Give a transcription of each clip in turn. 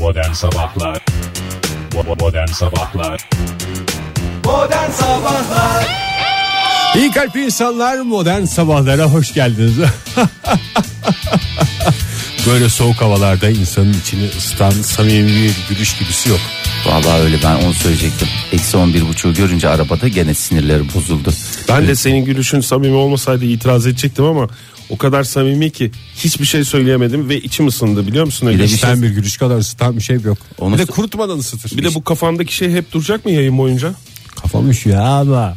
Modern Sabahlar. Modern Sabahlar. Modern Sabahlar. İyi kalp insanlar, modern sabahlara hoş geldiniz. Böyle soğuk havalarda insanın içini ısıtan samimi bir gülüş gibisi yok. Vallahi öyle, ben onu söyleyecektim. Eksi 11.5'u görünce arabada gene sinirleri bozuldu. Ben de senin gülüşün samimi olmasaydı itiraz edecektim ama o kadar samimi ki hiçbir şey söyleyemedim ve içim ısındı, biliyor musun? Bir Öyle de şey. sen bir gülüş kadar ısıtan bir şey yok. Onu Bir de sö- kurutmadan ısıtır. Bir de bu kafamdaki şey hep duracak mı yayın boyunca? Kafam üşüyor abi.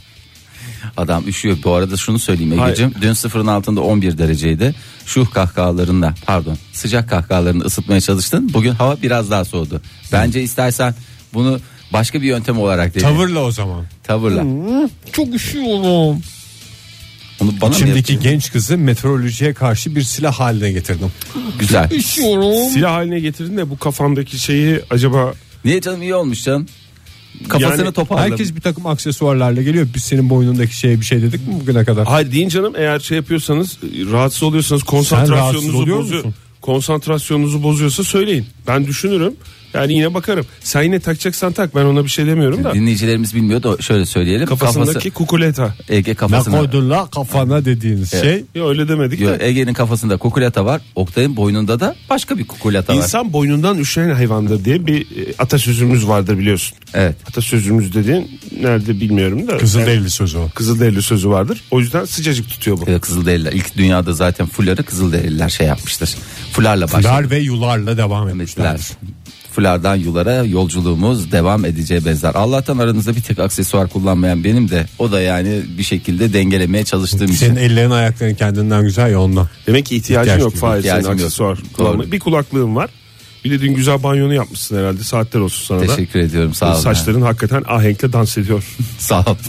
Adam üşüyor. Bu arada şunu söyleyeyim Hayır. Egeciğim. Dün sıfırın altında 11 dereceydi. Şu kahkahalarında, pardon, sıcak kahkahalarını ısıtmaya çalıştın. Bugün hava biraz daha soğudu. Bence istersen bunu başka bir yöntem olarak değil. Tavırla o zaman. Tavırla. Çok üşüyorum. Onu bana mı İçimdeki yapıyorsun? genç kızı meteorolojiye karşı bir silah haline getirdim. Güzel. Silah haline getirdin de bu kafamdaki şeyi acaba... Niye canım, iyi olmuş canım. Kafasını Yani toparladı. Herkes bir takım aksesuarlarla geliyor. Biz senin boynundaki şeye bir şey dedik mi bugüne kadar? Hayır deyin canım, eğer şey yapıyorsanız, rahatsız oluyorsanız, rahatsız konsantrasyonunuzu oluyor bozuyor. musun? Konsantrasyonunuzu bozuyorsa söyleyin. Ben düşünürüm. Yani yine bakarım. Sen yine takacaksan tak, ben ona bir şey demiyorum da. Dinleyicilerimiz bilmiyor da şöyle söyleyelim. Kafasındaki kukuleta. Ege Ne kafasına. koydun la kafana dediğiniz şey? Ya öyle demedik Yo, de. Ege'nin kafasında kukulata var. Oktay'ın boynunda da başka bir kukulata var. İnsan boynundan üşüyen hayvandır diye bir atasözümüz vardır, biliyorsun. Evet. Atasözümüz dediğin nerede bilmiyorum da. Kızılderili sözü o. Kızılderili sözü vardır. O yüzden sıcacık tutuyor bu. Kızılderililer ilk dünyada zaten fuları Kızılderililer şey yapmıştır. Fularla başladı. Fular ve yularla devam etmişler. Fulardan yulara yolculuğumuz devam edeceği benzer. Allah'tan aranızda bir tek aksesuar kullanmayan benim de, o da yani bir şekilde dengelemeye çalıştığım Senin için. ellerin ayakların kendinden güzel ya ondan. Demek ki ihtiyacın İhtiyaç yok yok. Fahir, senin İhtiyacım yok. aksesuar Doğru. kullanmaya. Bir kulaklığın var. Bir de dün güzel banyonu yapmışsın herhalde. Saatler olsun sana da. Teşekkür ediyorum, sağ olun. Saçların hakikaten ahenkle dans ediyor. Sağ ol.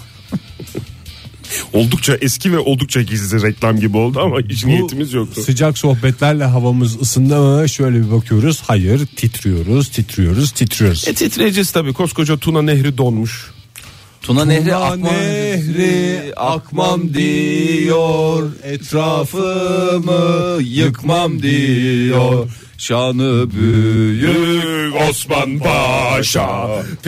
Oldukça eski ve oldukça gizli reklam gibi oldu ama hiç niyetimiz yoktu. Sıcak sohbetlerle havamız ısındı mı şöyle bir bakıyoruz. Hayır, titriyoruz. Titreyeceğiz tabii, koskoca Tuna Nehri donmuş. Tuna Nehri Tuna akmam, Nehri akmam diyor, etrafımı yıkmam diyor. Şanı büyük Osman Paşa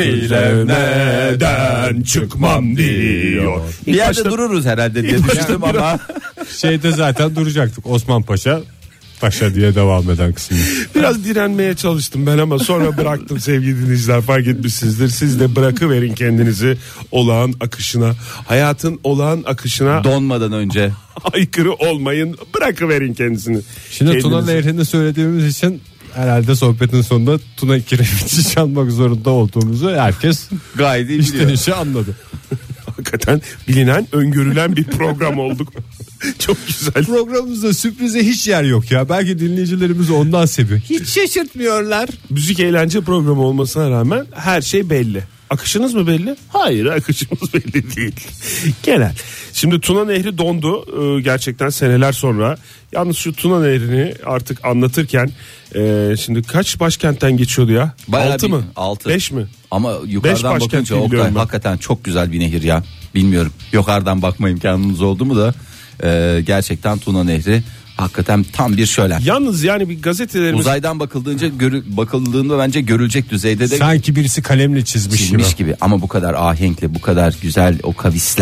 Plevne'den çıkmam diyor. bir yerde dururuz herhalde diye düşündüm ama Şeyde zaten duracaktık, Osman Paşa diye devam eden kısmı. Biraz direnmeye çalıştım ben ama sonra bıraktım sevgili dinleyiciler, fark etmişsinizdir. Siz de bırakıverin kendinizi olağan akışına, hayatın olağan akışına donmadan önce. aykırı olmayın, bırakıverin kendisini. Şimdi Tuna Kendinizi. Nehri'ni söylediğimiz için herhalde sohbetin sonunda Tuna Kiremit'i çalmak zorunda olduğumuzu herkes Gayet iyi içten biliyor. içe anladı. Hakikaten bilinen, öngörülen bir program olduk. Çok güzel. Programımızda sürprize hiç yer yok ya. Belki dinleyicilerimiz ondan seviyor. Hiç şaşırtmıyorlar. Müzik eğlence programı olmasına rağmen her şey belli. Akışınız mı belli? Hayır, akışımız belli değil. Genel. Şimdi Tuna Nehri dondu gerçekten seneler sonra. Yalnız şu Tuna Nehri'ni artık anlatırken şimdi kaç başkentten geçiyordu ya? Bayağı 6 bir- mı? altı. 5 mi? Ama Beş yukarıdan başkent bakınca diye biliyorum Oktay ben. hakikaten çok güzel bir nehir ya. Bilmiyorum. Yukarıdan bakma imkanınız oldu mu da gerçekten Tuna Nehri hakikaten tam bir şölen. Yalnız yani bir gazetelerimiz Uzaydan bakıldığında bence görülecek düzeyde de Sanki birisi kalemle çizmiş gibi. gibi. Ama bu kadar ahenkli, bu kadar güzel o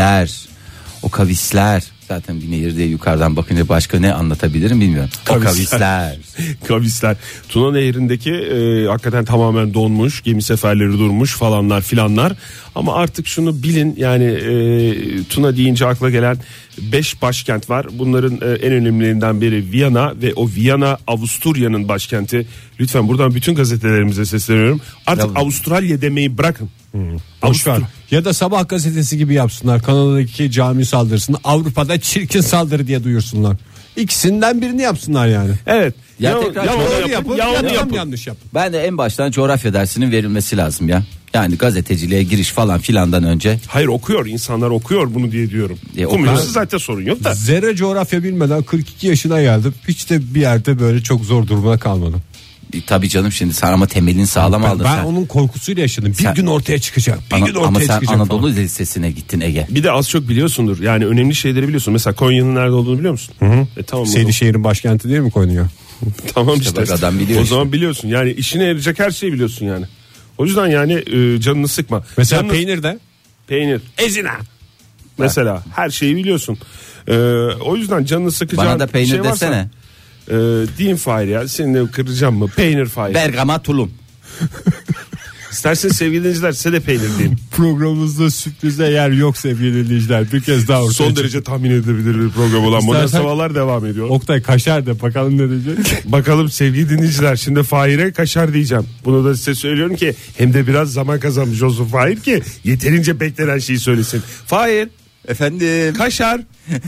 kavisler. Zaten bir nehirde yukarıdan bakınca başka ne anlatabilirim bilmiyorum. O kavisler. Kavisler. Tuna Nehri'ndeki hakikaten tamamen donmuş, gemi seferleri durmuş falanlar filanlar. Ama artık şunu bilin, yani Tuna deyince akla gelen 5 başkent var. Bunların en önemlilerinden biri Viyana ve o Viyana Avusturya'nın başkenti. Lütfen buradan bütün gazetelerimize sesleniyorum. Artık Ya- Avustralya demeyi bırakın. Boş ver. Ya da Sabah gazetesi gibi yapsınlar. Kanada'daki cami saldırısını Avrupa'da çirkin saldırı diye duyursunlar. İkisinden birini yapsınlar yani. Evet. Ya tekrar ya doğru onu yapın, ya ya onu tam yapın. yanlış yapın. Ben de en baştan coğrafya dersinin verilmesi lazım ya. Yani gazeteciliğe giriş falan filandan önce. Hayır, okuyor, insanlar okuyor bunu diye diyorum. Okumuyorsa zaten sorun yok da. Zerre coğrafya bilmeden 42 yaşına geldim. Hiç de bir yerde böyle çok zor durumda kalmadım. Tabii canım, şimdi sen ama temelini sağlam aldın Ben sen. onun korkusuyla yaşadım. Bir Sen- gün ortaya çıkacak. Bir gün ortaya Ama sen çıkacak Anadolu falan. Lisesi'ne gittin Ege. Bir de az çok biliyorsundur. Yani önemli şeyleri biliyorsun. Mesela Konya'nın nerede olduğunu biliyor musun? Tamam. o zaman. Seydişehir'in başkenti değil mi Konya? Tamam İşte işte. bak adam biliyor o işte. zaman biliyorsun. Yani işine yarayacak her şeyi biliyorsun yani. O yüzden yani canını sıkma. Mesela Canını- peynir de. Peynir. Ezine. Mesela her şeyi biliyorsun. O yüzden canını sıkacağın Bana da peynir şey varsa, desene. diyeyim Fahir ya. Seni de kıracağım mı? Peynir Fahir. Bergama tulum. İsterseniz sevgili dinleyiciler size de peynir diyeyim. Programımızda sürprize yer yok sevgili dinleyiciler. Bir kez daha ortaya Son çıktı. derece tahmin edilebilir bir program olan Modern İstersen- Sabahlar devam ediyor. Oktay kaşar de bakalım ne diyecek. Bakalım sevgili dinleyiciler, şimdi Fahir'e kaşar diyeceğim. Bunu da size söylüyorum ki hem de biraz zaman kazanmış olsun Fahir ki yeterince beklenen şeyi söylesin. Fahir, Efendim. kaşar.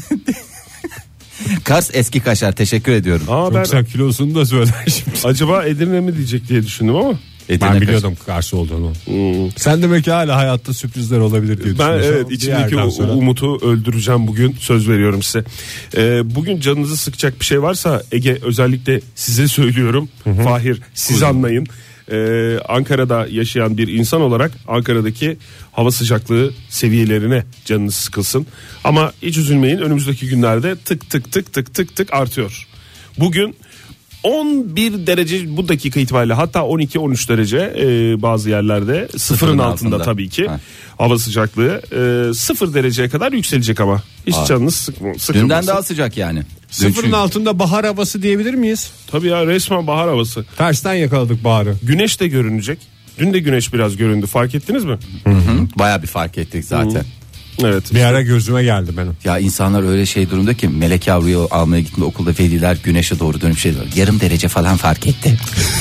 Kars eski kaşar, teşekkür ediyorum. Aa, ben Yoksa kilosunu da söyler şimdi. acaba Edirne mi diyecek diye düşündüm ama. Edirne Ben kaşar. biliyordum karşı olduğunu. Sen demek ki hala hayatta sürprizler olabilir diye Ben düşünüyorsun. evet Bir içimdeki yerden sonra- umutu öldüreceğim bugün, söz veriyorum size. Bugün canınızı sıkacak bir şey varsa Ege, özellikle size söylüyorum. Fahir siz anlayın. Ankara'da yaşayan bir insan olarak Ankara'daki hava sıcaklığı seviyelerine canınız sıkılsın. Ama hiç üzülmeyin, önümüzdeki günlerde tık tık tık tık tık tık artıyor. Bugün 11 derece bu dakika itibariyle, hatta 12-13 derece bazı yerlerde sıfırın altında tabii ki Ha. hava sıcaklığı 0 dereceye kadar yükselecek ama hiç canınız sıkılmasın. Dünden daha sıcak yani. Dün Sıfırın çünkü- altında bahar havası diyebilir miyiz? Tabii ya, resmen bahar havası. Tersten yakaladık baharı. Güneş de görünecek. Dün de güneş biraz göründü, fark ettiniz mi? Hı, bayağı bir fark ettik zaten. Evet. Bir ara gözüme geldi benim. Ya insanlar öyle şey durumda ki melek yavruyu almaya gittiğinde okulda veliler güneşe doğru dönüp şey diyor. Yarım derece falan fark etti.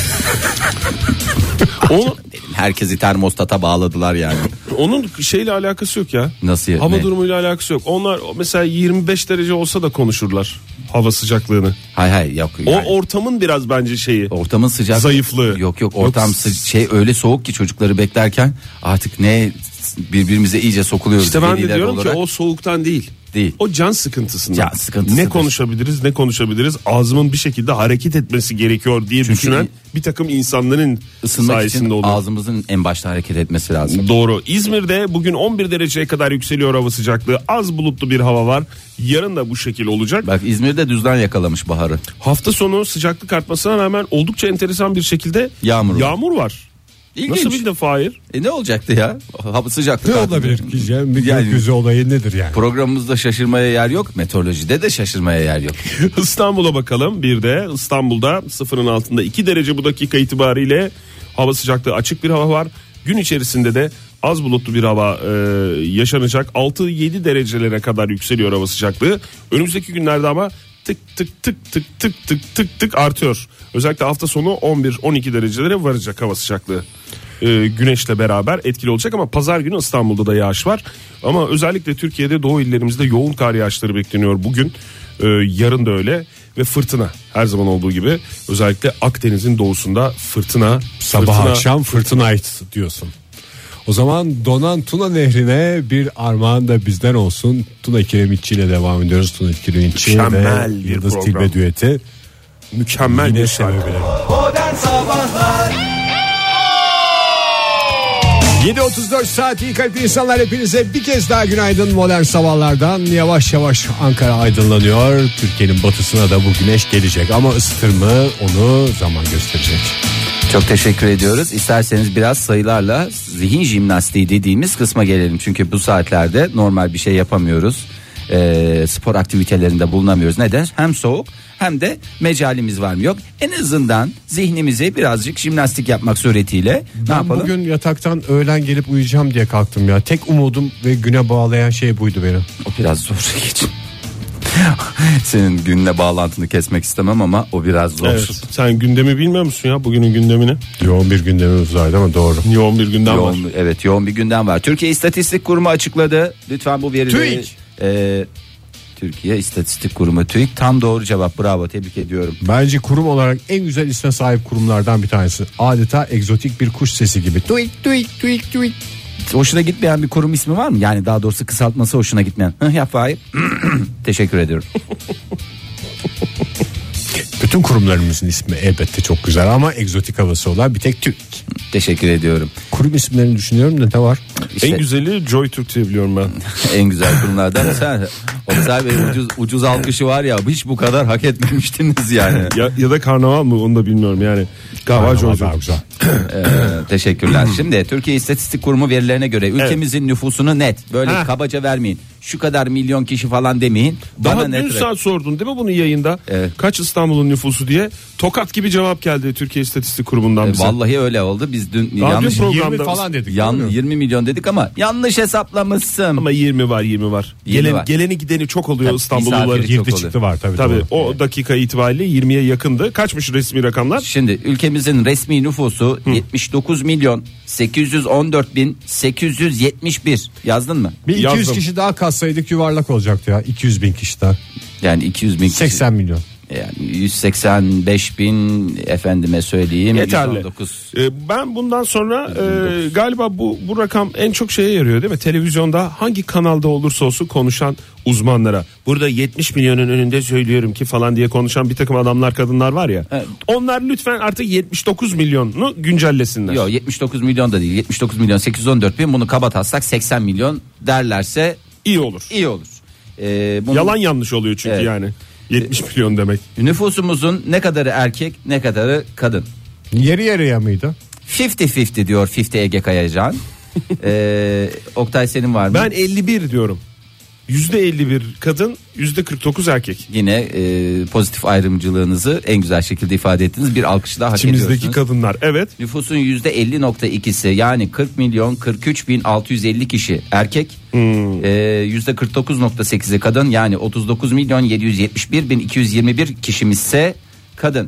Onu, Herkesi termostata bağladılar yani. onun şeyle alakası yok ya. Nasıl ya? Hava Ne? durumuyla alakası yok. Onlar mesela 25 derece olsa da konuşurlar hava sıcaklığını. Hay yok. O Yani. ortamın biraz bence şeyi. Ortamın sıcak Zayıflığı. Yok ortam şey öyle soğuk ki çocukları beklerken artık ne birbirimize iyice sokuluyoruz. İşte ben de veliler diyorum olarak. ki o soğuktan değil. Değil. O can sıkıntısından. Can sıkıntısıdır. Ne konuşabiliriz? Ağzımın bir şekilde hareket etmesi gerekiyor diye Çünkü düşünen bir takım insanların Isınmak sayesinde için oluyor. ağzımızın en başta hareket etmesi lazım. Doğru. İzmir'de bugün 11 dereceye kadar yükseliyor hava sıcaklığı. Az bulutlu bir hava var. Yarın da bu şekil olacak. Bak İzmir'de düzden yakalamış baharı. Hafta sonu sıcaklık artmasına rağmen oldukça enteresan bir şekilde Yağmur var. İlginç. Nasıl bildin Fahir? Ne olacaktı ya? Hava sıcaklık Ne arttı. olabilir ki canım? Bir Yani- gökyüzü olayı nedir yani? Programımızda şaşırmaya yer yok. Meteorolojide de şaşırmaya yer yok. İstanbul'a bakalım bir de. İstanbul'da sıfırın altında 2 derece bu dakika itibariyle hava sıcaklığı, açık bir hava var. Gün içerisinde de az bulutlu bir hava yaşanacak. 6-7 derecelere kadar yükseliyor hava sıcaklığı. Önümüzdeki günlerde ama tık tık tık tık tık tık tık tık artıyor. Özellikle hafta sonu 11-12 derecelere varacak hava sıcaklığı. Güneşle beraber etkili olacak ama pazar günü İstanbul'da da yağış var. Ama özellikle Türkiye'de doğu illerimizde yoğun kar yağışları bekleniyor bugün. Yarın da öyle ve fırtına her zaman olduğu gibi, özellikle Akdeniz'in doğusunda fırtına. Sabah akşam fırtınayt diyorsun. O zaman donan Tuna Nehri'ne bir armağan da bizden olsun. Tuna Kiremitçi ile devam ediyoruz. Tuna Kiremitçi Mükemmel ve bir Yıldız program. Tilbe düeti. Mükemmel Yine bir şarkı. sebebiyle. Modern Sabahlar 7.34 saat, iyi kalpli insanlar, hepinize bir kez daha günaydın. Modern sabahlardan yavaş yavaş Ankara aydınlanıyor. Türkiye'nin batısına da bu güneş gelecek ama ısıtır mı onu zaman gösterecek. Çok teşekkür ediyoruz. İsterseniz biraz sayılarla zihin jimnastiği dediğimiz kısma gelelim. Çünkü bu saatlerde normal bir şey yapamıyoruz. Spor aktivitelerinde bulunamıyoruz. Neden? Hem soğuk hem de mecalimiz var mı yok. En azından zihnimizi birazcık jimnastik yapmak suretiyle ne Ben yapalım? bugün yataktan öğlen gelip uyuyacağım diye kalktım ya. Tek umudum ve güne bağlayan şey buydu benim. O biraz zor geçin. Senin günle bağlantını kesmek istemem ama o biraz zor. Evet, sen gündemi bilmiyor musun ya, bugünün gündemini? Yoğun bir gündemimiz vardı ama doğru. Yoğun bir gündem var. Yoğun, evet yoğun bir gündem var. Türkiye İstatistik Kurumu açıkladı. Lütfen bu verileri. TÜİK. Türkiye İstatistik Kurumu TÜİK, tam doğru cevap, bravo, tebrik ediyorum. Bence kurum olarak en güzel isme sahip kurumlardan bir tanesi. Adeta egzotik bir kuş sesi gibi. Tuik tuik tuik tuik. Hoşuna gitmeyen bir kurum ismi var mı? Yani daha doğrusu kısaltması hoşuna gitmeyen. Yap hayır. Teşekkür ediyorum. Bütün kurumlarımızın ismi elbette çok güzel ama egzotik havası olan bir tek Türk. Teşekkür ediyorum. Kurum isimlerini düşünüyorum da ne var? İşte En güzeli Joy Türk diye biliyorum ben. en güzel kurumlardan sen. Oktay Bey ucuz alkışı var ya, hiç bu kadar hak etmemiştiniz yani. ya da karnaval mı onu da bilmiyorum yani. Galiba Joy Türk. Güzel. Teşekkürler. Şimdi Türkiye İstatistik Kurumu verilerine göre ülkemizin nüfusunu net böyle kabaca vermeyin. Şu kadar milyon kişi falan demeyin. Daha Bana dün net saat sordun değil mi bunu yayında? Evet. Kaç İstanbul'un nüfusu diye. Tokat gibi cevap geldi Türkiye İstatistik Kurumundan bize. Vallahi öyle oldu. Biz dün Daha yanlış dün programda 20 falan dedik. 20 milyon dedik ama yanlış hesaplamışsın. Ama 20 var. 20 var. Geleni gideni çok oluyor Tabii, İstanbulluların. misafiri çok Girdi oluyor. çıktı var tabii. Tabii doğru. o dakika itibariyle 20'ye yakındı. Kaçmış resmi rakamlar? Şimdi ülkemizin resmi nüfusu 79 milyon 814 bin 871. Yazdın mı? Bir 200 Yazdım. kişi daha katsaydık yuvarlak olacaktı ya. 200 bin kişi daha. Yani 200 bin kişi. 80 milyon. Yani 185 bin efendime söyleyeyim. Yeterli. 119. Ben bundan sonra galiba bu rakam en çok şeye yarıyor değil mi? Televizyonda hangi kanalda olursa olsun konuşan uzmanlara. Burada 70 milyonun önünde söylüyorum ki falan diye konuşan bir takım adamlar kadınlar var ya. Evet. Onlar lütfen artık 79 milyonu güncellesinler. Yok 79 milyon da değil. 79 milyon 814 bin, bunu kabataslak 80 milyon derlerse İyi olur. iyi olur. Bunun Yalan yanlış oluyor çünkü Evet. yani. 70 milyon demek. nüfusumuzun ne kadarı erkek ne kadarı kadın? Yarı yarıya mıydı? 50-50 diyor 50 Ege Kayacan. Oktay senin var mı? Ben 51 diyorum. %51 kadın, %49 erkek. Yine pozitif ayrımcılığınızı en güzel şekilde ifade ettiniz. Bir alkış daha hak İçimizdeki ediyorsunuz. kadınlar. Evet. Nüfusun %50.2'si yani 40 milyon 43 bin 650 kişi erkek. %49.8'i kadın yani 39 milyon 771 bin 221 kişimizse kadın.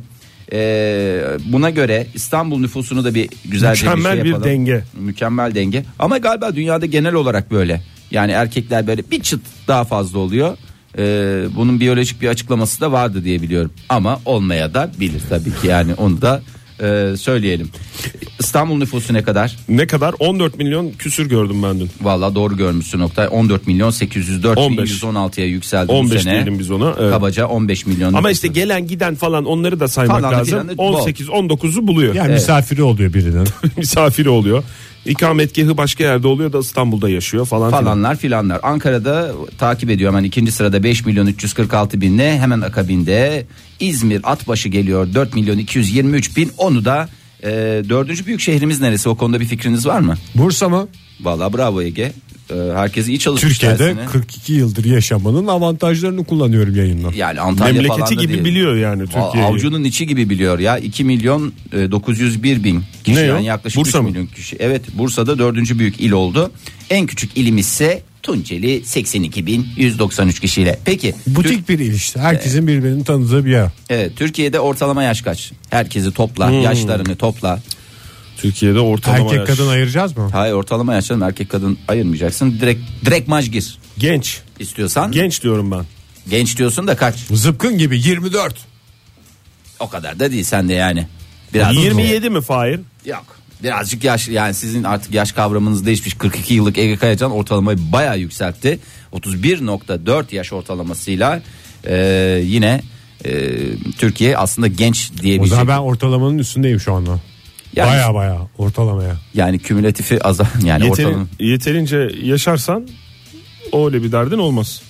Buna göre İstanbul nüfusunu da bir güzelce Mükemmel bir şey bir yapalım. denge. Mükemmel denge. Ama galiba dünyada genel olarak böyle. Yani erkekler böyle bir çıt daha fazla oluyor. Bunun biyolojik bir açıklaması da vardı diye biliyorum. Ama olmaya da bilir tabii ki, yani onu da söyleyelim. İstanbul nüfusu ne kadar? Ne kadar? 14 milyon küsür gördüm ben dün. Vallahi doğru görmüşsün Oktay. 14 milyon 804 bin 15. 116'ya yükseldi bu 15 sene. diyelim biz ona. Evet. Kabaca 15 milyon. Ama nüfusu. işte gelen giden falan onları da saymak Falan lazım. filanı bol. 18-19'u buluyor. Yani misafiri oluyor birinin. Misafiri oluyor. İkametgahı başka yerde oluyor da İstanbul'da yaşıyor falan filan. Falanlar filanlar. Ankara'da takip ediyor hemen ikinci sırada 5 milyon 346 binle, hemen akabinde İzmir Atbaşı geliyor 4 milyon 223 bin. Onu da dördüncü büyük şehrimiz neresi, o konuda bir fikriniz var mı? Bursa mı? Vallahi bravo Ege. Herkes iyi çalışmış Türkiye'de dersine. 42 yıldır yaşamanın avantajlarını kullanıyorum yayında. Yani Antalya falan Memleketi da gibi değil. biliyor yani Türkiye'yi. Avucunun içi gibi biliyor ya. 2 milyon 901 bin kişi, Ne o? yani yaklaşık Bursa 3 mı? milyon kişi. Evet, Bursa'da dördüncü büyük il oldu. En küçük ilimiz ise Tunceli 82 bin 193 kişiyle. Peki Butik bir il işte. Herkesin birbirini tanıdığı bir yer. evet, Türkiye'de ortalama yaş kaç? Herkesi topla, yaşlarını topla. Türkiye'de ortalama Erkek yaş. kadın ayıracağız mı? Hayır, ortalama yaşlarını erkek kadın ayırmayacaksın. Direkt maj gir Genç. istiyorsan. Genç diyorum ben. Genç diyorsun da kaç? Zıpkın gibi 24. O kadar da değil sen de yani. Biraz 27 mi Fahir? Yok. Birazcık yaş, yani sizin artık yaş kavramınız değişmiş. 42 yıllık Ege Kayacan ortalamayı bayağı yükseltti. 31.4 yaş ortalamasıyla yine Türkiye aslında genç O diyebilecek. zaman ben ortalamanın üstündeyim şu anda. Yani- Baya ortalamaya. Yani kümülatifi azal, yani ortalama. Yeterince yaşarsan öyle bir derdin olmaz.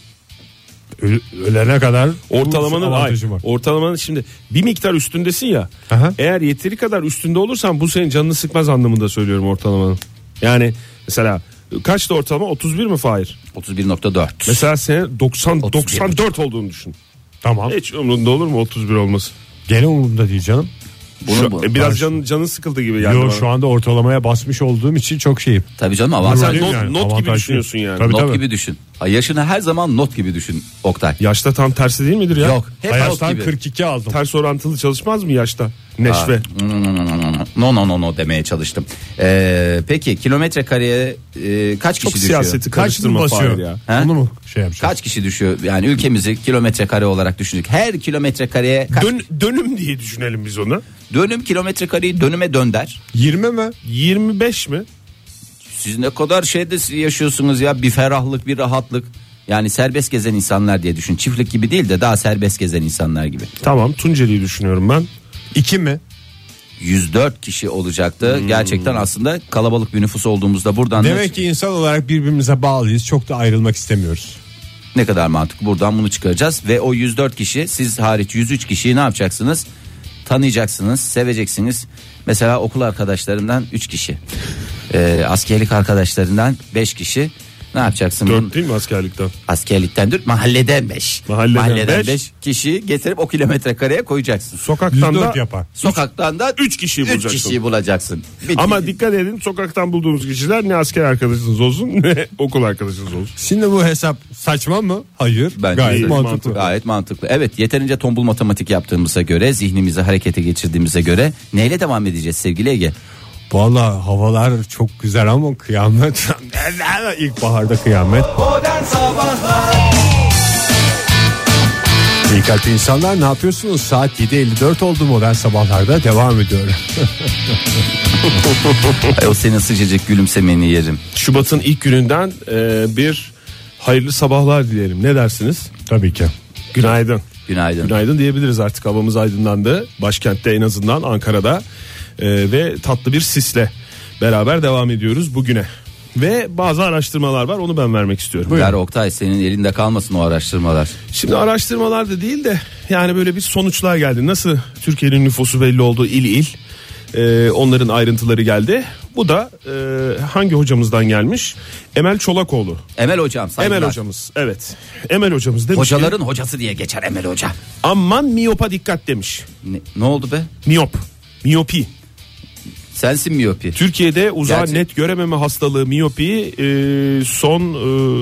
Ölene kadar Ortalamanın avantajı var. ortalamanın şimdi bir miktar üstündesin ya. Aha. Eğer yeteri kadar üstünde olursan bu senin canını sıkmaz anlamında söylüyorum ortalamanın. Yani mesela kaçtı ortalama? 31 mi Fahir? 31.4. Mesela senin 31. 94 olduğunu düşün. Tamam. Hiç umurunda olur mu 31 olması? Gene umurumda değil canım. Biraz canın sıkıldı gibi yani. Yo, şu anda ortalamaya basmış olduğum için çok şeyim. Tabii canım, ama Sen Değil not, yani, not gibi avantajlı. düşünüyorsun yani. Tabii, not tabii. gibi düşün. Yaşını her zaman not gibi düşün Oktay. Yaşta tam tersi değil midir ya? Yok, hep not Hayattan gibi. 42 aldım. Ters orantılı çalışmaz mı yaşta? Neşve. No demeye çalıştım. Peki kilometre kareye kaç kişi Çok düşüyor? siyaseti Kaç mı karıştırma basıyor? Fahir ya. He? Onu mu şey yapacağız? Kaç kişi düşüyor? Yani ülkemizi kilometre kare olarak düşündük. Her kilometre kareye kaç Dönüm diye düşünelim biz onu. dönüm, kilometre kareyi dönüme dönder. 20 mi? 25 mi? Siz ne kadar şeyde yaşıyorsunuz ya, bir ferahlık, bir rahatlık. Yani serbest gezen insanlar diye düşün. Çiftlik gibi değil de daha serbest gezen insanlar gibi. Tamam, Tunceli'yi düşünüyorum ben. 2 mi? 104 kişi olacaktı. Gerçekten aslında kalabalık bir nüfus olduğumuzda buradan Demek ki insan olarak birbirimize bağlıyız. Çok da ayrılmak istemiyoruz. ne kadar mantıklı, buradan bunu çıkaracağız. Ve o 104 kişi, siz hariç 103 kişiyi ne yapacaksınız? Tanıyacaksınız, seveceksiniz. Mesela okul arkadaşlarından 3 kişi, askerlik arkadaşlarından 5 kişi. Ne yapacaksın? 4 değil mi askerlikten? Askerlikten 4, mahalleden 5. Mahalleden 5 kişiyi getirip o kilometre kareye koyacaksın. Sokaktan 104 da yapar. Sokaktan da 3 kişiyi bulacaksın. 3 kişiyi bulacaksın. Ama dikkat edin, sokaktan bulduğumuz kişiler ne asker arkadaşınız olsun ne okul arkadaşınız olsun. Şimdi bu hesap saçma mı? Hayır. Bence Gayet de mantıklı. Gayet mantıklı. Evet, yeterince tombul matematik yaptığımıza göre, zihnimizi harekete geçirdiğimize göre neyle devam edeceğiz sevgili Ege? Vallahi havalar çok güzel ama kıyamet. İlkbaharda kıyamet. Modern Sabahlar. İyi kalpli insanlar, ne yapıyorsunuz? Saat 7.54 oldu, modern sabahlarda devam ediyor. Ay, o senin sıcacık gülümsemeni yerim. Şubat'ın ilk gününden bir hayırlı sabahlar dileyelim. Ne dersiniz? Tabii ki. Günaydın. Günaydın. Günaydın diyebiliriz artık, havamız aydınlandı. Başkentte, en azından Ankara'da ve tatlı bir sisle beraber devam ediyoruz bugüne. Ve bazı araştırmalar var, onu ben vermek istiyorum. Ver Oktay, senin elinde kalmasın o araştırmalar. Şimdi araştırmalar da değil de yani böyle bir sonuçlar geldi. Nasıl Türkiye'nin nüfusu belli oldu il il. Onların ayrıntıları geldi. Bu da hangi hocamızdan gelmiş? Emel Çolakoğlu. Emel hocam, saygılar. Emel hocamız, evet. Emel hocamız demiş Hocaların ki, hocası diye geçer Emel hoca. aman miyopa dikkat demiş. Ne oldu be? Miyopi. Sensin miyopi. Türkiye'de uzağı Gerçi- net görememe hastalığı miyopi son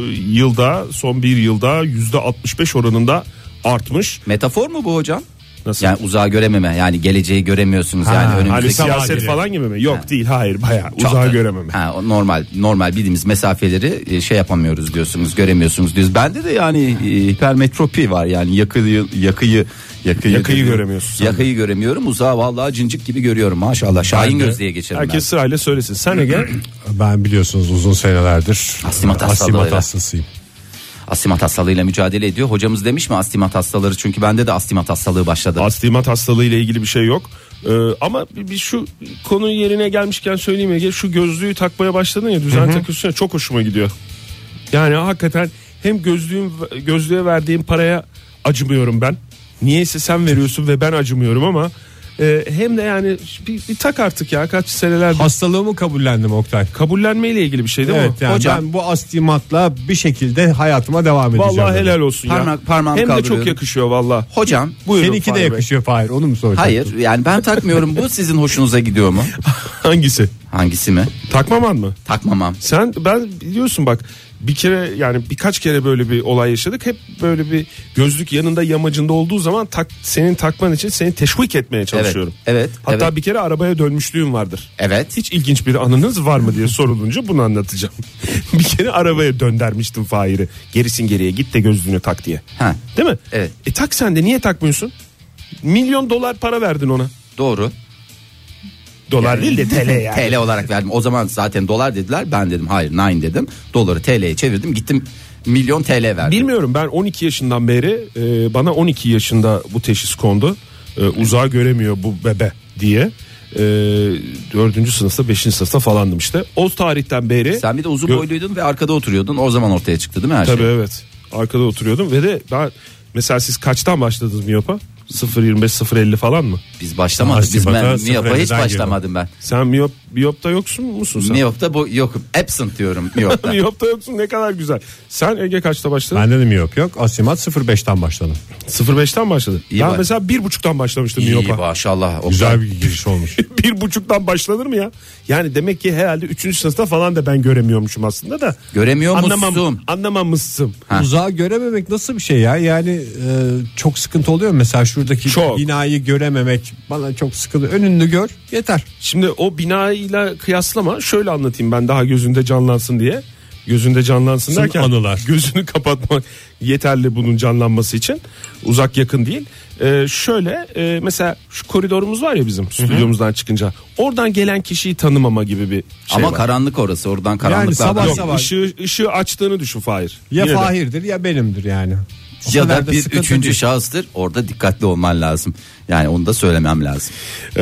bir yılda %65 oranında artmış. Metafor mu bu hocam? Nasıl? Yani uzağa görememe, yani geleceği göremiyorsunuz, yani Hani önümüzdeki siyaset vadeli. falan gibi mi? Yok değil, hayır, bayağı Çok uzağa da- görememe. Ha, o normal bildiğimiz mesafeleri şey yapamıyoruz diyorsunuz, göremiyorsunuz diyoruz. Bende de yani hipermetropi var, yani yakıyı göremiyorsun sen de. Yakıyı göremiyorum, uzağı vallahi cincik gibi görüyorum maşallah. Şahin göz diye geçerim Herkes sırayla söylesin. Sen Ege? Ben biliyorsunuz uzun senelerdir Astigmat hastalığı, astigmat evet. hastasıyım. Astigmat hastalığıyla mücadele ediyor. Hocamız demiş mi astigmat hastaları, çünkü bende de astigmat hastalığı başladı. Astigmat hastalığı ile ilgili bir şey yok. Ama bir şu konu yerine gelmişken söyleyeyim Ege, şu gözlüğü takmaya başladın ya, düzen takıyorsun ya, çok hoşuma gidiyor. Yani hakikaten hem gözlüğe verdiğim paraya acımıyorum ben. Niyeyse sen veriyorsun ve ben acımıyorum ama hem de yani bir tak artık ya, kaç senelerdir. Hastalığımı kabullendim Oktay. Kabullenmeyle ilgili bir şey değil Evet, mi? yani Hocam- ben bu astigmatla bir şekilde hayatıma devam edeceğim. Vallahi helal olsun ya. Parmağımı Hem de çok kaldırıyorum. yakışıyor vallahi. Hocam, Buyurun Seninki de Fahir Bey. yakışıyor Fahir, onu mu soracaksın? hayır yani ben takmıyorum, bu sizin hoşunuza gidiyor mu? Hangisi? Hangisi mi? Takmaman mı? Takmamam. Ben biliyorsun bak, bir kere yani birkaç kere böyle bir olay yaşadık. Hep böyle bir gözlük yanında, yamacında olduğu zaman senin takman için seni teşvik etmeye çalışıyorum. Evet. Hatta evet. bir kere arabaya dönmüşlüğüm vardır. Evet. Hiç ilginç bir anınız var mı diye sorulunca bunu anlatacağım. Bir kere arabaya döndermiştim Fahir'i. Gerisin geriye git de gözlüğünü tak diye. Ha, Değil mi? Evet. Tak sen de, niye takmıyorsun? Milyon dolar para verdin ona. doğru. Dolar değil de TL yani. TL olarak verdim. O zaman zaten dolar dediler. Ben dedim hayır, nine dedim. Doları TL'ye çevirdim. Gittim milyon TL verdim. Bilmiyorum, ben 12 yaşından beri bana 12 yaşında bu teşhis kondu. Uzağa göremiyor bu bebe diye. 4. sınıfta 5. sınıfta falandım işte. O tarihten beri. Sen bir de uzun boyluydun ve arkada oturuyordun. O zaman ortaya çıktı değil mi her Tabii şey? evet. Arkada oturuyordum ve de ben, mesela siz kaçtan başladınız miyopa? 0.25 0.50 falan mı? Biz başlamadık. Biz Astigmata miyopa hiç 0.50'den başlamadım ben. Sen miyopta yoksun musun sen? Miyopta bu yokum. Absent diyorum miyopta. Miyopta yoksun, ne kadar güzel. Sen Ege kaçta başladın? Bende de miyop yok. Astigmat 0.5'ten başladım. 0.5'ten başladın. İyi Ben bak. mesela 1.5'tan başlamıştım İyi miyopa. maşallah. Güzel bir giriş olmuş. 1.5'tan başlanır mı ya? Yani demek ki herhalde 3. sınıfta falan da ben göremiyormuşum aslında da. Göremiyor musun? Anlamamışsın. Ha. Uzağı görememek nasıl bir şey ya? Yani çok sıkıntı oluyor. Mesela şuradaki Çok. binayı görememek bana çok sıkıntı. Önünü gör yeter. Şimdi o binayla kıyaslama, şöyle anlatayım ben daha gözünde canlansın diye. gözünde canlansın derken anılar. gözünü kapatmak yeterli bunun canlanması için. Uzak yakın değil. Şöyle mesela şu koridorumuz var ya bizim stüdyomuzdan çıkınca, oradan gelen kişiyi tanımama gibi bir şey Ama var. karanlık orası, oradan Yani karanlıklardan. sabah Işığı açtığını düşün Fahir. Ya Yine de. Fahir'dir ya benimdir yani. O Ya kadar da bir sıkıntı üçüncü değil. şahıstır, orada dikkatli olman lazım. Yani onu da söylemem lazım.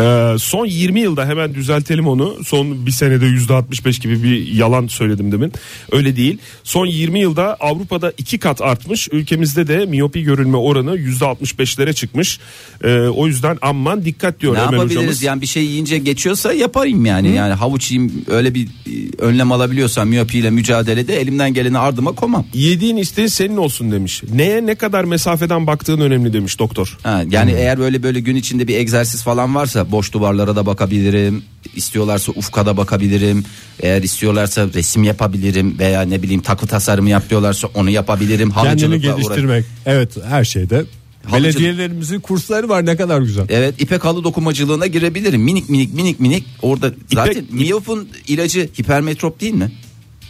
Son 20 yılda hemen düzeltelim onu. Son bir senede %65 gibi bir yalan söyledim demin. Öyle değil. Son 20 yılda Avrupa'da 2 kat artmış. Ülkemizde de miyopi görülme oranı %65'lere çıkmış. O yüzden aman dikkat diyor Ne Emel yapabiliriz? hocamız. Yani bir şey yiyince geçiyorsa yaparım yani. Yani havuç yiyeyim, öyle bir önlem alabiliyorsam miyopiyle mücadelede elimden geleni ardıma koymam. Yediğin isteğin senin olsun demiş. Neye ne kadar mesafeden baktığın önemli demiş doktor. Ha, yani eğer böyle gün içinde bir egzersiz falan varsa boş duvarlara da bakabilirim. İstiyorlarsa ufka da bakabilirim. Eğer istiyorlarsa resim yapabilirim veya ne bileyim takı tasarımı yapıyorlarsa onu yapabilirim. Kendini Halıcılıkla geliştirmek. Evet, her şeyde. Belediyelerimizin kursları var, ne kadar güzel. Evet, ipek halı dokumacılığına girebilirim. Minik orada zaten miyopun ilacı hipermetrop değil mi?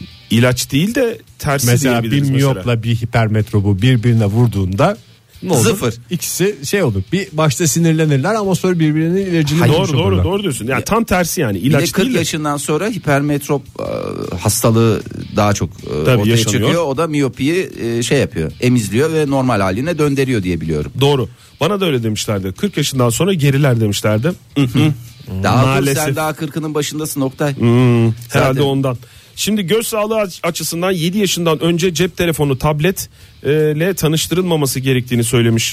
İlaç değil de tersi Mesela bir diyebiliriz miyopla mesela. bir hipermetrobu birbirine vurduğunda ne olur? Sıfır. İkisi şey olur. Bir başta sinirlenirler ama sonra birbirinin ilacını Doğru bulmuş olurlar. doğru diyorsun. Yani tam tersi yani. Bir de İlaç 40 değil de. yaşından sonra hipermetrop hastalığı daha çok ortaya yaşanıyor. çıkıyor. O da miyopiyi şey yapıyor, emizliyor ve normal haline döndürüyor diye biliyorum. Doğru. Bana da öyle demişlerdi. 40 yaşından sonra geriler demişlerdi. Daha dur, Maalesef. sen daha 40'ının başındasın Oktay. Herhalde Zaten. ondan. Şimdi göz sağlığı açısından 7 yaşından önce cep telefonu, tablet ile tanıştırılmaması gerektiğini söylemiş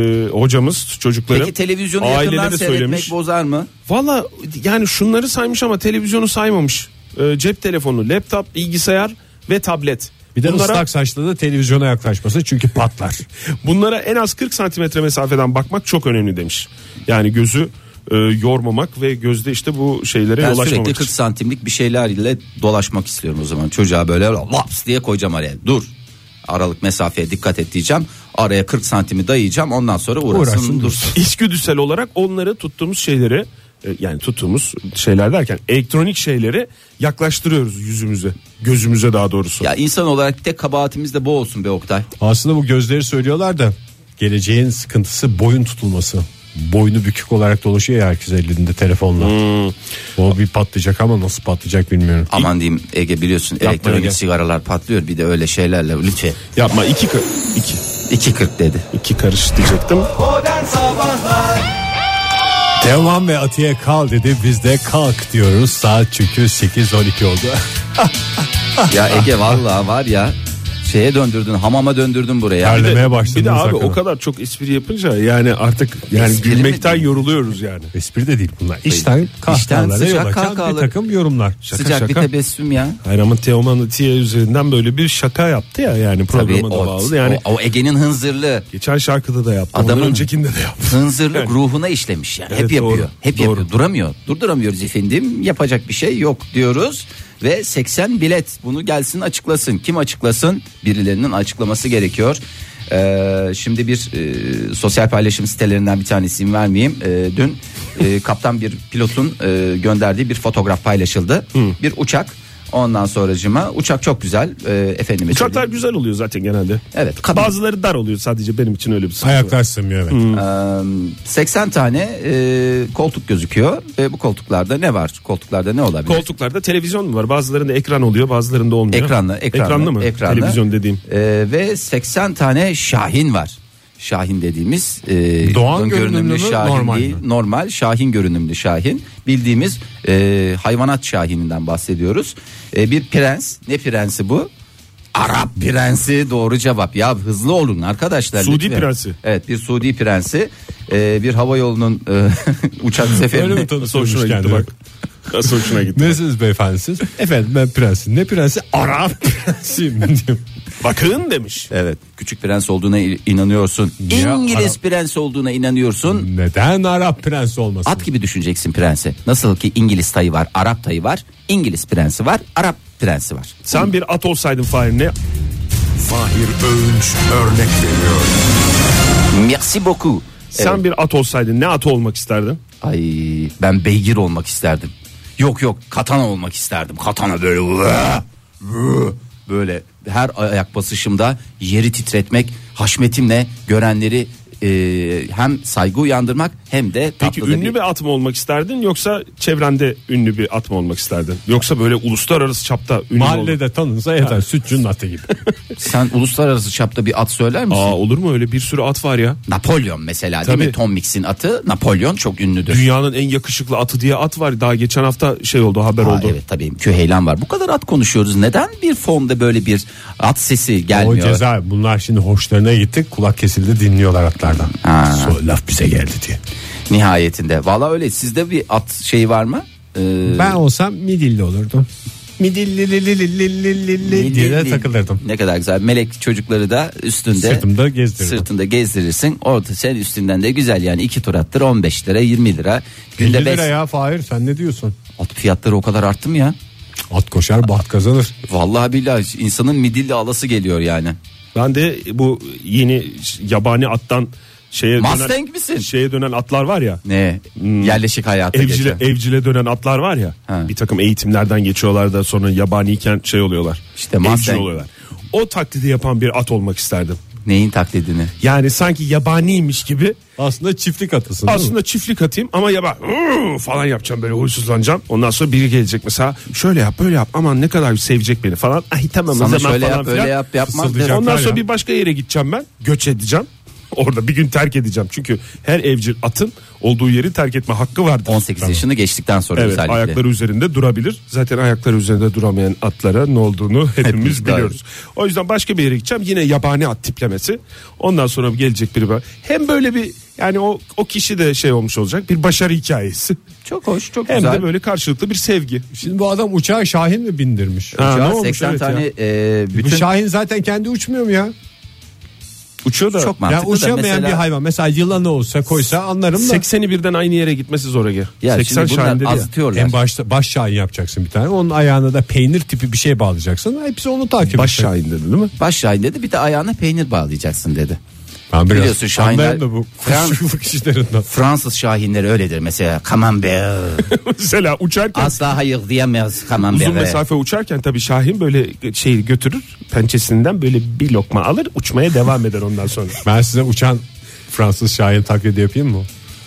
hocamız çocukların. Peki televizyonu Aileleri yakından de seyretmek söylemiş. bozar mı? Valla yani şunları saymış ama televizyonu saymamış. Cep telefonu, laptop, bilgisayar ve tablet. Bir de Bunlara, ıslak saçlı da televizyona yaklaşması çünkü patlar. bunlara en az 40 santimetre mesafeden bakmak çok önemli demiş. Yani gözü yormamak ve gözde işte bu şeylere Ben yol sürekli açmamak 40 için. santimlik bir şeylerle dolaşmak istiyorum o zaman. Çocuğa böyle laps diye koyacağım araya. Dur. Aralık mesafeye dikkat et diyeceğim. Araya 40 santimi dayayacağım. Ondan sonra uğraşsın dursun. İçgüdüsel olarak onları tuttuğumuz şeyleri, yani tuttuğumuz şeyler derken elektronik şeyleri yaklaştırıyoruz yüzümüze, gözümüze daha doğrusu. Ya insan olarak bir tek kabahatimiz de bu olsun be Oktay. Aslında bu gözleri söylüyorlar da geleceğin sıkıntısı boyun tutulması. Boynu bükük olarak dolaşıyor ya herkes elinde telefonla. O bir patlayacak ama nasıl patlayacak bilmiyorum. Aman diyeyim Ege, biliyorsun elektronik Ege. sigaralar patlıyor. Bir de öyle şeylerle lütfen. Yapma 2.40 dedi. iki karış diyecektim. Modern Sabahlar Teoman ve Atiye kal dedi, biz de kalk diyoruz. Saat çünkü 8:12 oldu. Ya Ege vallahi var ya, şeye döndürdün, hamama döndürdün buraya. Terlemeye başladınız. Bir de abi hakikaten. o kadar çok espri yapınca yani artık yani Espri mi gülmekten değil? yoruluyoruz yani. Espri de değil bunlar. İşten kahkahalara sıcak yol açan kahkahalar. bir takım yorumlar. Sıcak bir tebessüm ya. Hayır ama Teoman Atiye üzerinden böyle bir şaka yaptı ya, yani Tabii programa da bağlı. Yani o Ege'nin hınzırlığı, geçen şarkıda da yaptı. Adamın- Ondan öncekinde de yaptı. hınzırlık Yani. ruhuna işlemiş yani. Evet, Hep yapıyor. doğru, Hep doğru. yapıyor. Duramıyor. Durduramıyoruz efendim. Yapacak bir şey yok diyoruz. Ve 80 bilet, bunu gelsin açıklasın. Kim açıklasın? Birilerinin açıklaması gerekiyor. Şimdi bir sosyal paylaşım sitelerinden bir tanesini vermeyeyim. Dün kaptan bir pilotun gönderdiği bir fotoğraf paylaşıldı. Bir uçak. Ondan sonracıma uçak çok güzel. Efendime Uçaklar söyleyeyim. güzel oluyor zaten genelde. Evet. Bazıları dar oluyor, sadece benim için öyle bir sıkıntı var. Ayaklar sığmıyor evet. 80 tane koltuk gözüküyor. Bu koltuklarda ne var? Koltuklarda ne olabilir? Koltuklarda televizyon mu var? Bazılarında ekran oluyor, bazılarında olmuyor. Ekranlı mı? Ekranlı. Televizyon dediğim. Ve 80 tane Şahin var. Şahin dediğimiz Doğan görünümlü mü, Şahin normal değil, mi? normal Şahin görünümlü Şahin. Bildiğimiz hayvanat Şahininden bahsediyoruz. Bir prens. Ne prensi bu? Arap prensi, doğru cevap. Ya hızlı olun arkadaşlar. Suudi lütfen. prensi. Evet, bir Suudi prensi. Bir hava yolunun uçak Öyle seferine. mi Nasıl tanıştırmış hoşuna gitti kendini? bak. Nasıl hoşuna gitti. Nesiniz beyefendi siz? Efendim ben prensim. Ne prensi? Arap prensiyim diyorum. Bakın demiş. Evet, küçük prens olduğuna inanıyorsun. Ya, İngiliz Arap- prens olduğuna inanıyorsun. Neden Arap prensi olmasın? At gibi düşüneceksin prensi. Nasıl ki İngiliz tayı var, Arap tayı var, İngiliz prensi var, Arap prensi var. Sen bir at olsaydın Fahir, ne? Fahir Öğünç örnek veriyor. Merci beaucoup. Sen Evet. bir at olsaydın ne atı olmak isterdin? Ay, ben beygir olmak isterdim. Yok katana olmak isterdim. Katana böyle böyle her ayak basışımda yeri titretmek, haşmetimle görenleri hem saygı uyandırmak hem de Peki ünlü bir at mı olmak isterdin yoksa çevrende ünlü bir at mı olmak isterdin? Yoksa böyle uluslararası çapta ünlü Mahallede tanınsa yeter, sütçünün atı gibi. Sen uluslararası çapta bir at söyler misin? Olur mu, öyle bir sürü at var ya. Napolyon mesela, Tabii. değil mi? Tom Mix'in atı Napolyon çok ünlüdür. Dünyanın en yakışıklı atı diye at var. Daha geçen hafta haber oldu. Evet tabii, Küheylan var. Bu kadar at konuşuyoruz. Neden bir fonda böyle bir at sesi O gelmiyor? ceza, bunlar şimdi hoşlarına gittik, kulak kesildi, dinliyorlar atlardan. So, laf bize geldi diye. Nihayetinde. Valla öyle, sizde bir at şeyi var mı? Ben olsam midilli olurdum. Midilli diye de takılırdım. Ne kadar güzel. Melek çocukları da üstünde Sırtımda gezdirirsin. Orada sen üstünden de güzel, yani 2 tur attır 15 lira 20 lira. 50 lira ya Fahir, sen ne diyorsun? At fiyatları o kadar arttı mı ya? At koşar baht kazanır. Vallahi billahi insanın midilli alası geliyor yani. Ben de bu yeni yabani attan Mustang misin? şeye dönen atlar var ya. Ne? Yerleşik hayata geçen. Evcile dönen atlar var ya. Ha. Bir takım eğitimlerden geçiyorlar da sonra yabaniyken oluyorlar. İşte evcil Mustang. oluyorlar. O taklidi yapan bir at olmak isterdim. Neyin taklidini? Yani sanki yabaniymiş gibi. Aslında çiftlik atısın. Aslında çiftlik atayım ama falan yapacağım, böyle huysuzlanacağım. Ondan sonra biri gelecek mesela, şöyle yap böyle yap, aman ne kadar sevecek beni falan. Ay tamam Sana zaman şöyle falan yap filan. öyle yap yapmaz. Fısıldayacak. Ondan sonra ya. bir başka yere gideceğim ben. Göç edeceğim. Orada bir gün terk edeceğim. Çünkü her evcil atın olduğu yeri terk etme hakkı vardır. 18 yaşını geçtikten sonra Evet, özellikle. ayakları üzerinde durabilir. Zaten ayakları üzerinde duramayan atlara ne olduğunu hepimiz biliyoruz. O yüzden başka bir yere gideceğim. Yine yabani at tiplemesi. Ondan sonra gelecek biri var. Hem böyle bir, yani o kişi de olmuş olacak. Bir başarı hikayesi. Çok hoş, çok Hem güzel. de böyle karşılıklı bir sevgi. Şimdi bu adam uçağa Şahin mi bindirmiş? Ha, ne Uçağa olmuş, 80 evet tane Bu bütün Şahin zaten kendi uçmuyor mu ya? Uçuyor da çok Ya mantıklı da uçamayan mesela. bir hayvan. Mesela yılanı olsa koysa anlarım da. 80'i birden aynı yere gitmesi zor Ege. Ya 80 şimdi bunlar Şahin dedi ya. azıtıyorlar. En başta baş Şahin yapacaksın bir tane. Onun ayağına da peynir tipi bir şey bağlayacaksın. Hepsi onu takip Baş edecek. Şahin dedi değil mi? Baş Şahin dedi, bir de ayağına peynir bağlayacaksın dedi. Ben biraz Biliyorsun Şahinler- anlarım da bu kuşçuluk işlerinden. Fransız Şahinleri öyledir mesela. Camembert. Mesela uçarken Asla hayır diyemez Camembert. uzun mesafe uçarken tabii Şahin böyle götürür, pençesinden böyle bir lokma alır, uçmaya devam eder ondan sonra. Ben size uçan Fransız Şahin taklidi yapayım mı?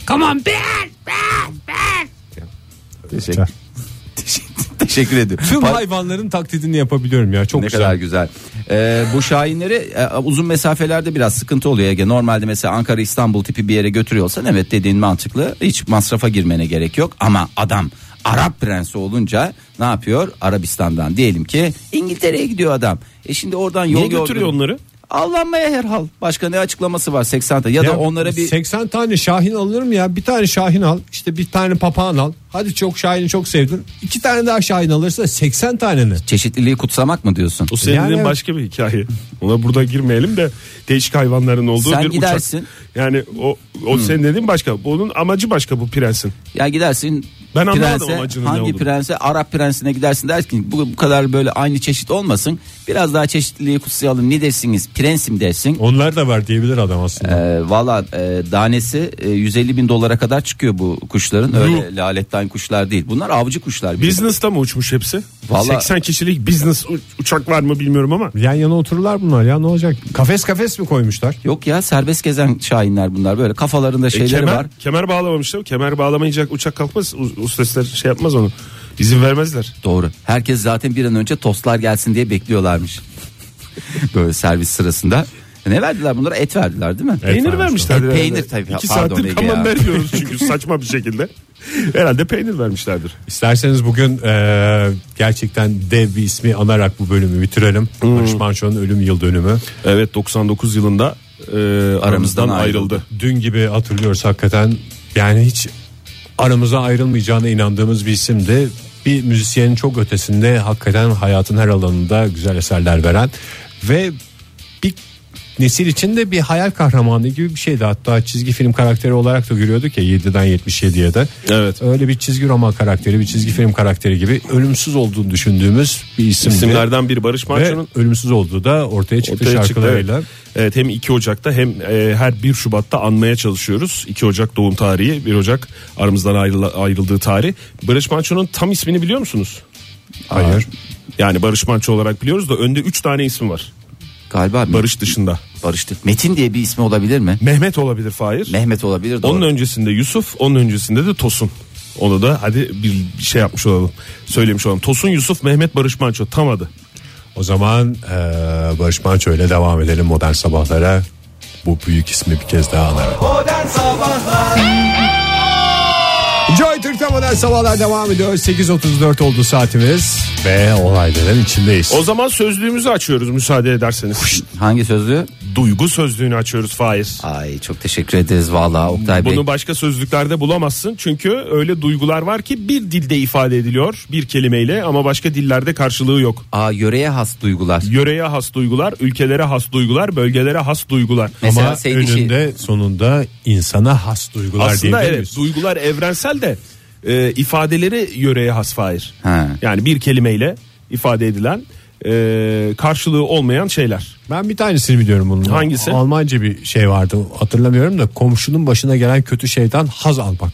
Teşekkür ediyorum. Tüm hayvanların taklidini yapabiliyorum ya. Çok Ne güzel. kadar güzel. Bu Şahinleri uzun mesafelerde biraz sıkıntı oluyor Ege. Normalde mesela Ankara İstanbul tipi bir yere götürüyorsan evet dediğin mantıklı. Hiç masrafa girmene gerek yok. Ama adam Arap prensi olunca ne yapıyor? Arabistan'dan diyelim ki İngiltere'ye gidiyor adam. Şimdi oradan yol Niye götürüyor onları? Avlanmaya herhal. Başka ne açıklaması var 80 tane ya da onlara bir 80 tane Şahin alınır mı ya? Bir tane Şahin al, işte bir tane papağan al. Hadi çok Şahin'i çok sevdin. 2 tane daha Şahin alırsa 80 tane ne? çeşitliliği kutsamak mı diyorsun? O senin Yani dediğin evet. başka bir hikaye. Ona burada girmeyelim de değişik hayvanların olduğu Sen bir gidersin. uçak. Yani o senin dediğin başka. Bunun amacı başka bu prensin. Ya gidersin Ben anlamadım amacının ne hangi olduğunu. prense, Arap prensine gidersin dersin ki bu kadar böyle aynı çeşit olmasın. Biraz daha çeşitliliği kutsayalım. Ne dersiniz? Prensim dersin. Onlar da var diyebilir adam aslında. Valla danesi 150 bin dolara kadar çıkıyor bu kuşların. Öyle laletten kuşlar değil. Bunlar avcı kuşlar. Business'ta mı uçmuş hepsi? Vallahi- 80 kişilik business uçak var mı bilmiyorum ama. Yan yana otururlar bunlar ya, ne olacak? Kafes mi koymuşlar? Yok ya, serbest gezen şahinler bunlar. Böyle kafalarında şeyleri var. Kemer bağlamamışlar. Kemer bağlamayacak uçak kalkmaz. Ustaslar yapmaz onu. İzin vermezler. Doğru. Herkes zaten bir an önce tostlar gelsin diye bekliyorlarmış. Böyle servis sırasında. Ne verdiler bunlara? Et verdiler değil mi? Peynir vermişler. Et, peynir tabii. 2 Pardon saattir Ege kamembert ya. yiyoruz çünkü saçma bir şekilde. Herhalde peynir vermişlerdir. İsterseniz bugün gerçekten dev bir ismi anarak bu bölümü bitirelim. Barış Manço'nun ölüm yıl dönümü. Evet, 99 yılında aramızdan ayrıldı. Dün gibi hatırlıyoruz hakikaten. Yani hiç aramıza ayrılmayacağına inandığımız bir isimdi. Bir müzisyenin çok ötesinde, hakikaten hayatın her alanında güzel eserler veren ve bir nesil içinde bir hayal kahramanı gibi bir şeydi. Hatta çizgi film karakteri olarak da görüyorduk ya 7'den 77'ye de. Evet. Öyle bir çizgi roman karakteri, bir çizgi film karakteri gibi ölümsüz olduğunu düşündüğümüz bir isimdi. İsimlerden biri Barış Ve Manço'nun. ölümsüz olduğu da ortaya çıktı şarkılarıyla. Evet, hem 2 Ocak'ta hem her 1 Şubat'ta anmaya çalışıyoruz. 2 Ocak doğum tarihi, 1 Ocak aramızdan ayrıldığı tarih. Barış Manço'nun tam ismini biliyor musunuz? Hayır. Yani Barış Manço olarak biliyoruz da önde 3 tane ismi var. Galiba Barış dışında. Barış'tı. Metin diye bir ismi olabilir mi? Mehmet olabilir Fahir. Mehmet olabilir. Doğru. Onun öncesinde Yusuf, onun öncesinde de Tosun. Onu da hadi bir şey yapmış olalım. Söylemiş olalım. Tosun, Yusuf, Mehmet, Barış Manço tam adı. O zaman Barış Manço ile devam edelim modern sabahlara. Bu büyük ismi bir kez daha anarak. Modern Sabahlar. Joy Türk'te modern sabahlar devam ediyor. 8.34 oldu saatimiz ve olayların içindeyiz. O zaman sözlüğümüzü açıyoruz müsaade ederseniz. Hangi sözlüğü? Duygu sözlüğünü açıyoruz Fahir. Ay çok teşekkür ederiz vallahi Oktay Bey. Bunu başka sözlüklerde bulamazsın. Çünkü öyle duygular var ki bir dilde ifade ediliyor bir kelimeyle ama başka dillerde karşılığı yok. Yöreye has duygular. Yöreye has duygular, ülkelere has duygular, bölgelere has duygular. Mesela Ama sevdiği şey- önünde sonunda insana has duygular Aslında diyebilir evet, miyiz? duygular evrensel de ifadeleri yöreye has Fahir. Ha. Yani bir kelimeyle ifade edilen karşılığı olmayan şeyler. Ben bir tanesini biliyorum bunun. Hangisi? Almanca bir şey vardı hatırlamıyorum da komşunun başına gelen kötü şeyden haz almak.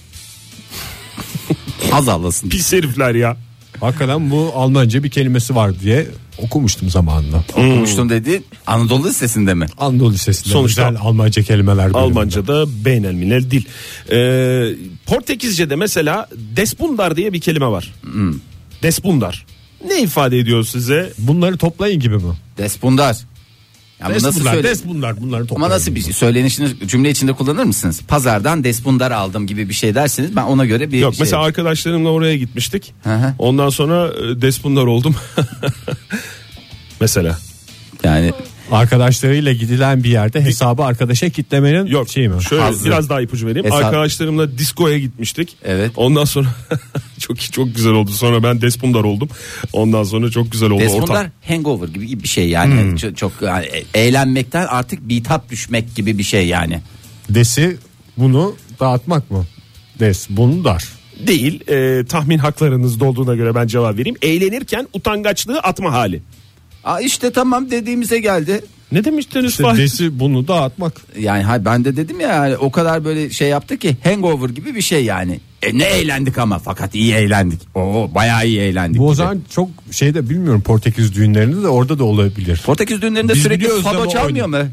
Haz alasın. Pis herifler ya. Hakikaten bu Almanca bir kelimesi var diye okumuştum zamanında. Okumuştum dedi. Anadolu Lisesi'nde mi? Anadolu Lisesi'nde Sonuçta güzel Almanca kelimeler bölümünde. Almanca'da beynelmilel dil. Portekizce'de mesela despundar diye bir kelime var. Despundar. Ne ifade ediyor size? Bunları toplayın gibi mi? Despundar. Ya bu nasıl söyle? Bunları toplayın. Ama nasıl bir söylenişini cümle içinde kullanır mısınız? Pazardan despundar aldım gibi bir şey derseniz ben ona göre bir Yok şey. mesela arkadaşlarımla oraya gitmiştik. Hı. Ondan sonra despundar oldum. Mesela. Yani Arkadaşlarıyla gidilen bir yerde hesabı arkadaşa kitlemenin Yok şey mi? şöyle Hazır. biraz daha ipucu vereyim. Hesap- Arkadaşlarımla diskoya gitmiştik. Evet. Ondan sonra çok güzel oldu. Sonra ben despundar oldum. Ondan sonra çok güzel oldu despundar ortam. hangover gibi bir şey yani. Çok yani eğlenmekten artık bitap düşmek gibi bir şey yani. Desi bunu dağıtmak mı? Des bunu dar. Değil. Tahmin haklarınızda olduğuna göre ben cevap vereyim. Eğlenirken utangaçlığı atma hali. İşte tamam dediğimize geldi. Ne demiştiniz İşte Fahir? desi bunu dağıtmak. Yani ben de dedim ya yani o kadar böyle şey yaptı ki hangover gibi bir şey yani. Ne eğlendik ama fakat iyi eğlendik. Bayağı iyi eğlendik. Bu o gibi. zaman çok şeyde bilmiyorum Portekiz düğünlerinde de orada da olabilir. Portekiz düğünlerinde Biz sürekli biliyoruz fado ama çalmıyor mu?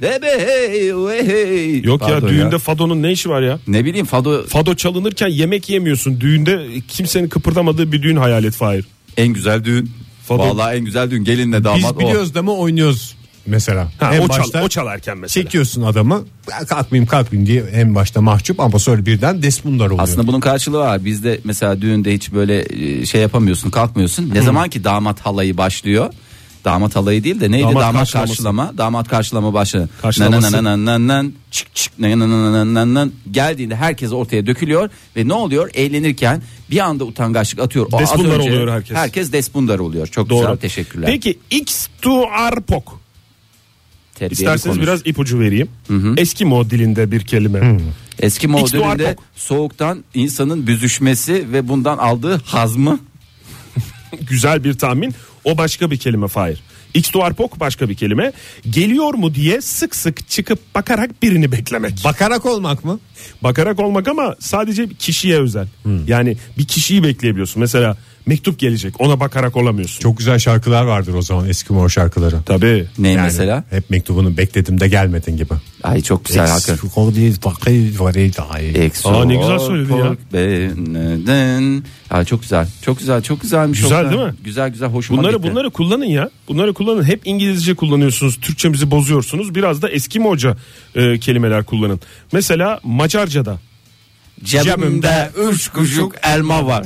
Hey. Yok Pardon ya düğünde fadonun ne işi var ya? Ne bileyim fado Fado çalınırken yemek yemiyorsun. Düğünde kimsenin kıpırdamadığı bir düğün hayal et Fahir. en güzel düğün. Fado- Vallahi en güzel düğün gelinle damat Biz biliyoruz da mı oynuyoruz mesela. Ha, en o, başta o çalarken mesela. çekiyorsun adamı kalkmayayım diye en başta mahcup ama sonra birden despundar oluyor. Aslında bunun karşılığı var. Bizde mesela düğünde hiç böyle şey yapamıyorsun, kalkmıyorsun. Ne zaman ki damat halayı başlıyor. Damat halayı değil de neydi? Damat Damat karşılaması. karşılama. Damat karşılama başladı. Karşılaması. Nan, çık çık nan. Geldiğinde herkes ortaya dökülüyor ve ne oluyor? Eğlenirken bir anda utangaçlık atıyor. O az Despundar önce oluyor herkes. Herkes despundar oluyor. Çok güzel, teşekkürler. Peki X to Arpok. Terbiyeli İsterseniz konuş. biraz ipucu vereyim. Eskimo dilinde bir kelime. Eski X to modülünde Arpok. soğuktan insanın büzüşmesi ve bundan aldığı hazmı. Güzel bir tahmin. O başka bir kelime Fahir. X to Arpok başka bir kelime. Geliyor mu diye sık sık çıkıp bakarak birini beklemek. Bakarak olmak mı? Bakarak olmak ama sadece kişiye özel. Yani bir kişiyi bekleyebiliyorsun. Mesela mektup gelecek, ona bakarak olamıyorsun. Çok güzel şarkılar vardır o zaman Eskimo şarkıları. Tabii. Ne Yani mesela? hep mektubunu bekledim de gelmedin gibi. Ay çok güzel hakikaten. Aa, ne güzel söyledi ya. Çok güzel. Çok güzel. Çok güzelmiş. Güzel Oktay. değil mi? Güzel hoşuma gitti. Bunları kullanın ya. Bunları kullanın. Hep İngilizce kullanıyorsunuz. Türkçemizi bozuyorsunuz. Biraz da Eskimoca kelimeler kullanın. Mesela Macarca'da. Cebimde 3 kuşuk elma var.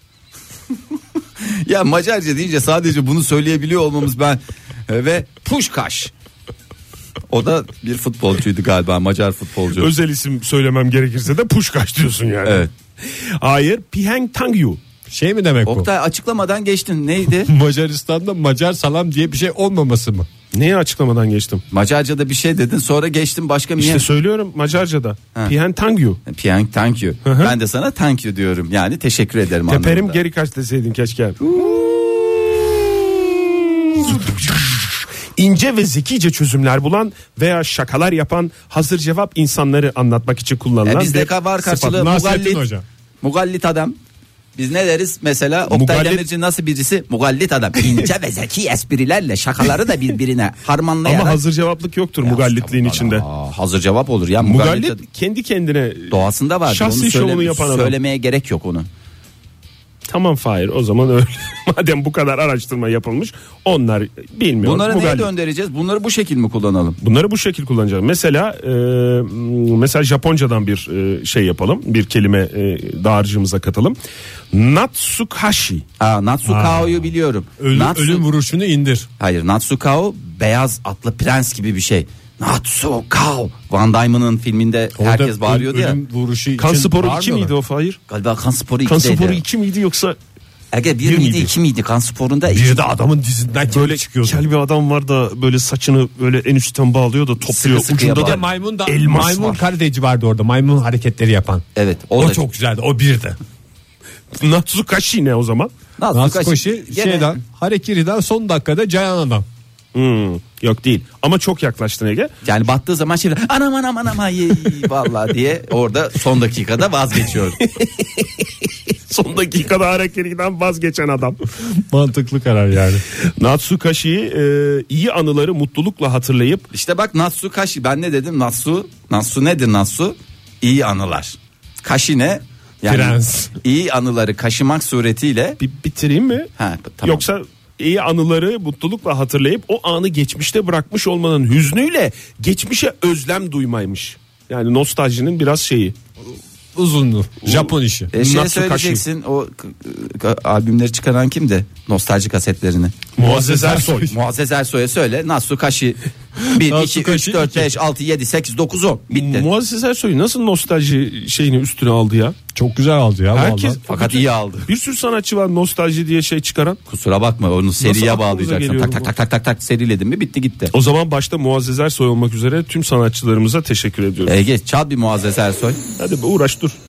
Ya Macarca deyince sadece bunu söyleyebiliyor olmamız ben ve Puşkaş. O da bir futbolcuydu galiba, Macar futbolcu. Özel isim söylemem gerekirse de Puşkaş diyorsun yani. Evet. Hayır, Piheng Tangyu. Şey mi demek bu? Oktay açıklamadan geçtin, neydi? Macaristan'da Macar salam diye bir şey olmaması mı? Neyi açıklamadan geçtim? Macarca'da bir şey dedin, sonra geçtin başka bir İşte söylüyorum Macarca'da. Piheng Tangyu. Piang thank you. Ben de sana thank you diyorum. Yani teşekkür ederim Teperim anlamında. geri kaç deseydin keşke. İnce ve zekice çözümler bulan veya şakalar yapan hazır cevap insanları anlatmak için kullanılan Bizde bir var karşılığı Nasrettin mugallit. Hoca. Mugallit adam. Biz ne deriz mesela Oktay Mugallit- Demirci nasıl birisi? Mugallit adam. İnce ve zeki esprilerle şakaları da birbirine harmanlayarak. Ama hazır cevaplık yoktur mugallitliğin içinde. Hazır cevap olur ya. Mugallit kendi kendine doğasında var. şahsi şovunu yapan adam. Söylemeye gerek yok onu. Tamam Fahir, o zaman öyle. Madem bu kadar araştırma yapılmış, onlar bilmiyor. Bunları neye Mugallit. döndüreceğiz? Bunları bu şekil mi kullanalım? Bunları bu şekil kullanacağız. Mesela Japoncadan bir şey yapalım. Bir kelime dağarcığımıza katalım. Natsukashi. Natsukao'yu biliyorum. Ölüm vuruşunu indir. Hayır, Natsukao beyaz atlı prens gibi bir şey. Natsukao. Van Damme'ın filminde herkes Orada bağırıyordu ya. ölüm vuruşu Kan için Sporu 2 bağırmıyorlar. miydi o Fahir? Galiba Kan Sporu 2'deydi. Kan Sporu 2 miydi yoksa Ege bir Bir miydi miydi? 2 miydi Kan Sporu'nda? Bir de adamın dizinden böyle çıkıyordu. kel bir adam var da böyle saçını böyle en üstten bağlıyor da topluyor. Sıkı sıkıya Ucunda Bir de da maymun da elmas maymun var. karateci vardı orada. Maymun hareketleri yapan. Evet. O da çok güzeldi. O birdi. Natsukashi ne o zaman? Natsukoshi şeyden Harekiri'den son dakikada cayan adam. Yok değil ama çok yaklaştın Ege. Yani battığı zaman şey anam ay vallahi diye orada son dakikada vazgeçiyor. Son dakikada hareketinden vazgeçen adam. Mantıklı karar yani. Natsukashi'yi iyi anıları mutlulukla hatırlayıp İşte bak Natsukashi, ben ne dedim? Natsu nedir Natsu? İyi anılar. Kashi ne? Yani Prens. iyi anıları kaşımak suretiyle. bitireyim mi? Ha, tamam. Yoksa iyi anıları mutlulukla hatırlayıp o anı geçmişte bırakmış olmanın hüznüyle geçmişe özlem duymaymış. Yani nostaljinin biraz şeyi. Uzunlu. Japon işi. Şey söyleyeceksin, o albümleri çıkaran kimdi? Nostalji kasetlerini. Muazzez Ersoy. Muazzez Ersoy'a söyle. Natsukashi 1, 2, 3, Natsukashi 4, 5, 6, 7, 8, 9, 10. Bitti. Muazzez Ersoy nasıl nostalji şeyini üstüne aldı ya? Çok güzel aldı ya. Herkes vallahi. Fakat iyi aldı. Bir sürü sanatçı var nostalji diye şey çıkaran. Kusura bakma, onu seriye aklınıza bağlayacaksın. geliyor Tak bu? tak tak tak tak tak seriledin mi bitti gitti. O zaman başta Muazzez Ersoy olmak üzere tüm sanatçılarımıza teşekkür ediyoruz. Ege çal bir Muazzez Ersoy. Hadi be, uğraş dur.